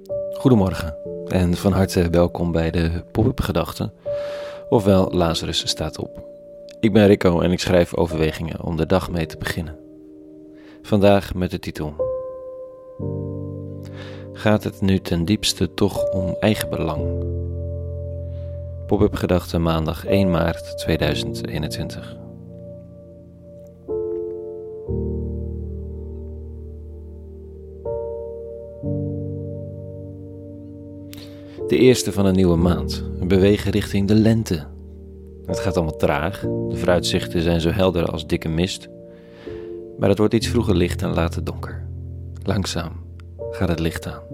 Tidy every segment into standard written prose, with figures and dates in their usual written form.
Goedemorgen en van harte welkom bij de Pop-up Gedachten, ofwel Lazarus staat op. Ik ben Rico en ik schrijf overwegingen om de dag mee te beginnen. Vandaag met de titel: Gaat het nu ten diepste toch om eigenbelang? Pop-up Gedachten maandag 1 maart 2021. De eerste van een nieuwe maand. We bewegen richting de lente. Het gaat allemaal traag. De vooruitzichten zijn zo helder als dikke mist. Maar het wordt iets vroeger licht en later donker. Langzaam gaat het licht aan.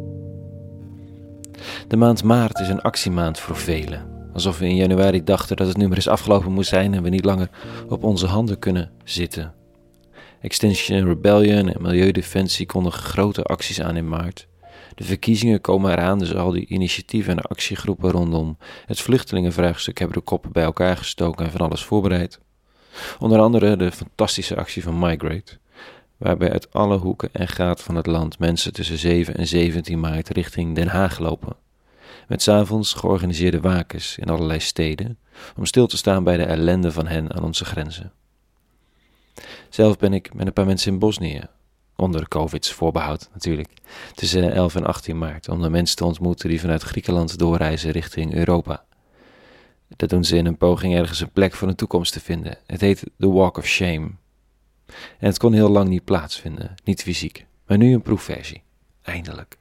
De maand maart is een actiemaand voor velen. Alsof we in januari dachten dat het nu maar eens afgelopen moest zijn en we niet langer op onze handen kunnen zitten. Extinction Rebellion en Milieudefensie kondigen grote acties aan in maart. De verkiezingen komen eraan, dus al die initiatieven en actiegroepen rondom het vluchtelingenvraagstuk hebben de koppen bij elkaar gestoken en van alles voorbereid. Onder andere de fantastische actie van Migrate, waarbij uit alle hoeken en gaten van het land mensen tussen 7 en 17 maart richting Den Haag lopen. Met 's avonds georganiseerde wakens in allerlei steden om stil te staan bij de ellende van hen aan onze grenzen. Zelf ben ik met een paar mensen in Bosnië, onder COVID's voorbehoud natuurlijk, tussen 11 en 18 maart, om de mensen te ontmoeten die vanuit Griekenland doorreizen richting Europa. Dat doen ze in een poging ergens een plek voor een toekomst te vinden. Het heet The Walk of Shame. En het kon heel lang niet plaatsvinden, niet fysiek, maar nu een proefversie. Eindelijk.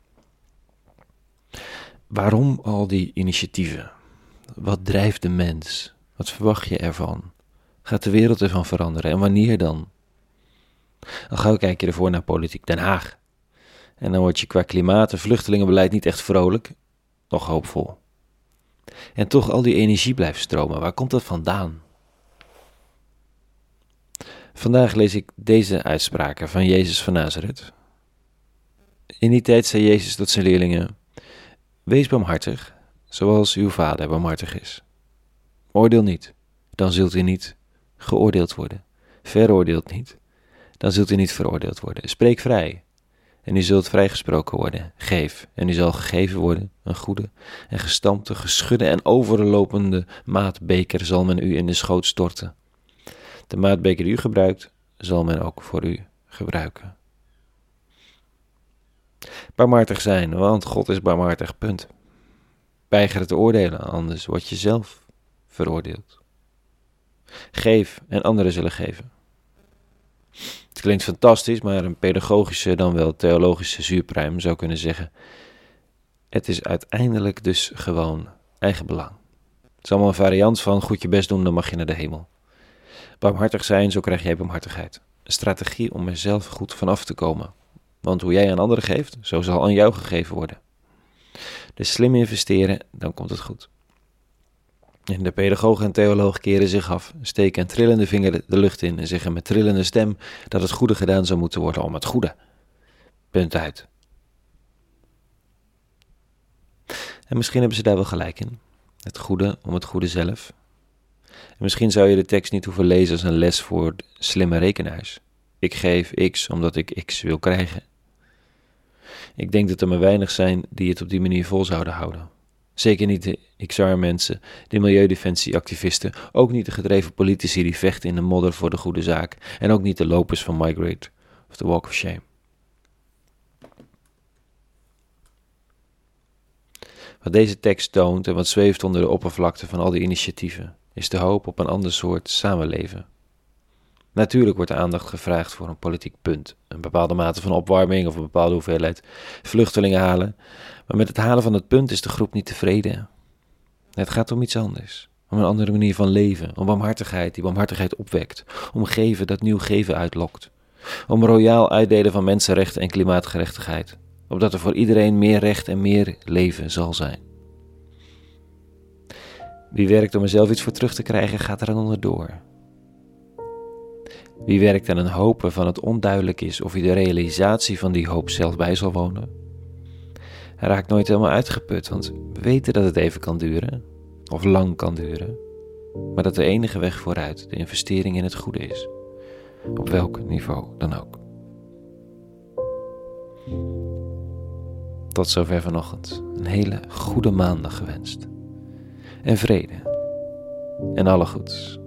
Waarom al die initiatieven? Wat drijft de mens? Wat verwacht je ervan? Gaat de wereld ervan veranderen en wanneer dan? Al gauw kijk je ervoor naar politiek Den Haag. En dan word je qua klimaat en vluchtelingenbeleid niet echt vrolijk, nog hoopvol. En toch al die energie blijft stromen, waar komt dat vandaan? Vandaag lees ik deze uitspraken van Jezus van Nazareth. In die tijd zei Jezus tot zijn leerlingen: Wees barmhartig, zoals uw Vader barmhartig is. Oordeel niet, dan zult u niet geoordeeld worden. Veroordeelt niet, dan zult u niet veroordeeld worden. Spreek vrij, en u zult vrijgesproken worden. Geef, en u zal gegeven worden. Een goede en gestampte, geschudde en overlopende maatbeker zal men u in de schoot storten. De maatbeker die u gebruikt, zal men ook voor u gebruiken. Barmhartig zijn, want God is barmhartig, punt. Weiger te oordelen, anders word je zelf veroordeeld. Geef, en anderen zullen geven. Het klinkt fantastisch, maar een pedagogische dan wel theologische zuurpruim zou kunnen zeggen: het is uiteindelijk dus gewoon eigenbelang. Het is allemaal een variant van goed je best doen, dan mag je naar de hemel. Barmhartig zijn, zo krijg jij barmhartigheid. Een strategie om er zelf goed vanaf te komen. Want hoe jij aan anderen geeft, zo zal aan jou gegeven worden. Dus slim investeren, dan komt het goed. En de pedagogen en theologen keren zich af, steken een trillende vinger de lucht in en zeggen met trillende stem dat het goede gedaan zou moeten worden om het goede. Punt uit. En misschien hebben ze daar wel gelijk in. Het goede om het goede zelf. En misschien zou je de tekst niet hoeven lezen als een les voor slimme rekenaars. Ik geef X omdat ik X wil krijgen. Ik denk dat er maar weinig zijn die het op die manier vol zouden houden. Zeker niet de XR-mensen, de milieudefensieactivisten, ook niet de gedreven politici die vechten in de modder voor de goede zaak, en ook niet de lopers van Migrate of The Walk of Shame. Wat deze tekst toont en wat zweeft onder de oppervlakte van al die initiatieven, is de hoop op een ander soort samenleven. Natuurlijk wordt de aandacht gevraagd voor een politiek punt, een bepaalde mate van opwarming of een bepaalde hoeveelheid vluchtelingen halen, maar met het halen van het punt is de groep niet tevreden. Het gaat om iets anders, om een andere manier van leven, om barmhartigheid die barmhartigheid opwekt, om geven dat nieuw geven uitlokt, om royaal uitdelen van mensenrechten en klimaatgerechtigheid, opdat er voor iedereen meer recht en meer leven zal zijn. Wie werkt om er zelf iets voor terug te krijgen, gaat er aan onderdoor. Wie werkt aan een hoop waarvan het onduidelijk is of hij de realisatie van die hoop zelf bij zal wonen? Hij raakt nooit helemaal uitgeput, want we weten dat het even kan duren, of lang kan duren, maar dat de enige weg vooruit de investering in het goede is, op welk niveau dan ook. Tot zover vanochtend. Een hele goede maandag gewenst. En vrede. En alle goeds.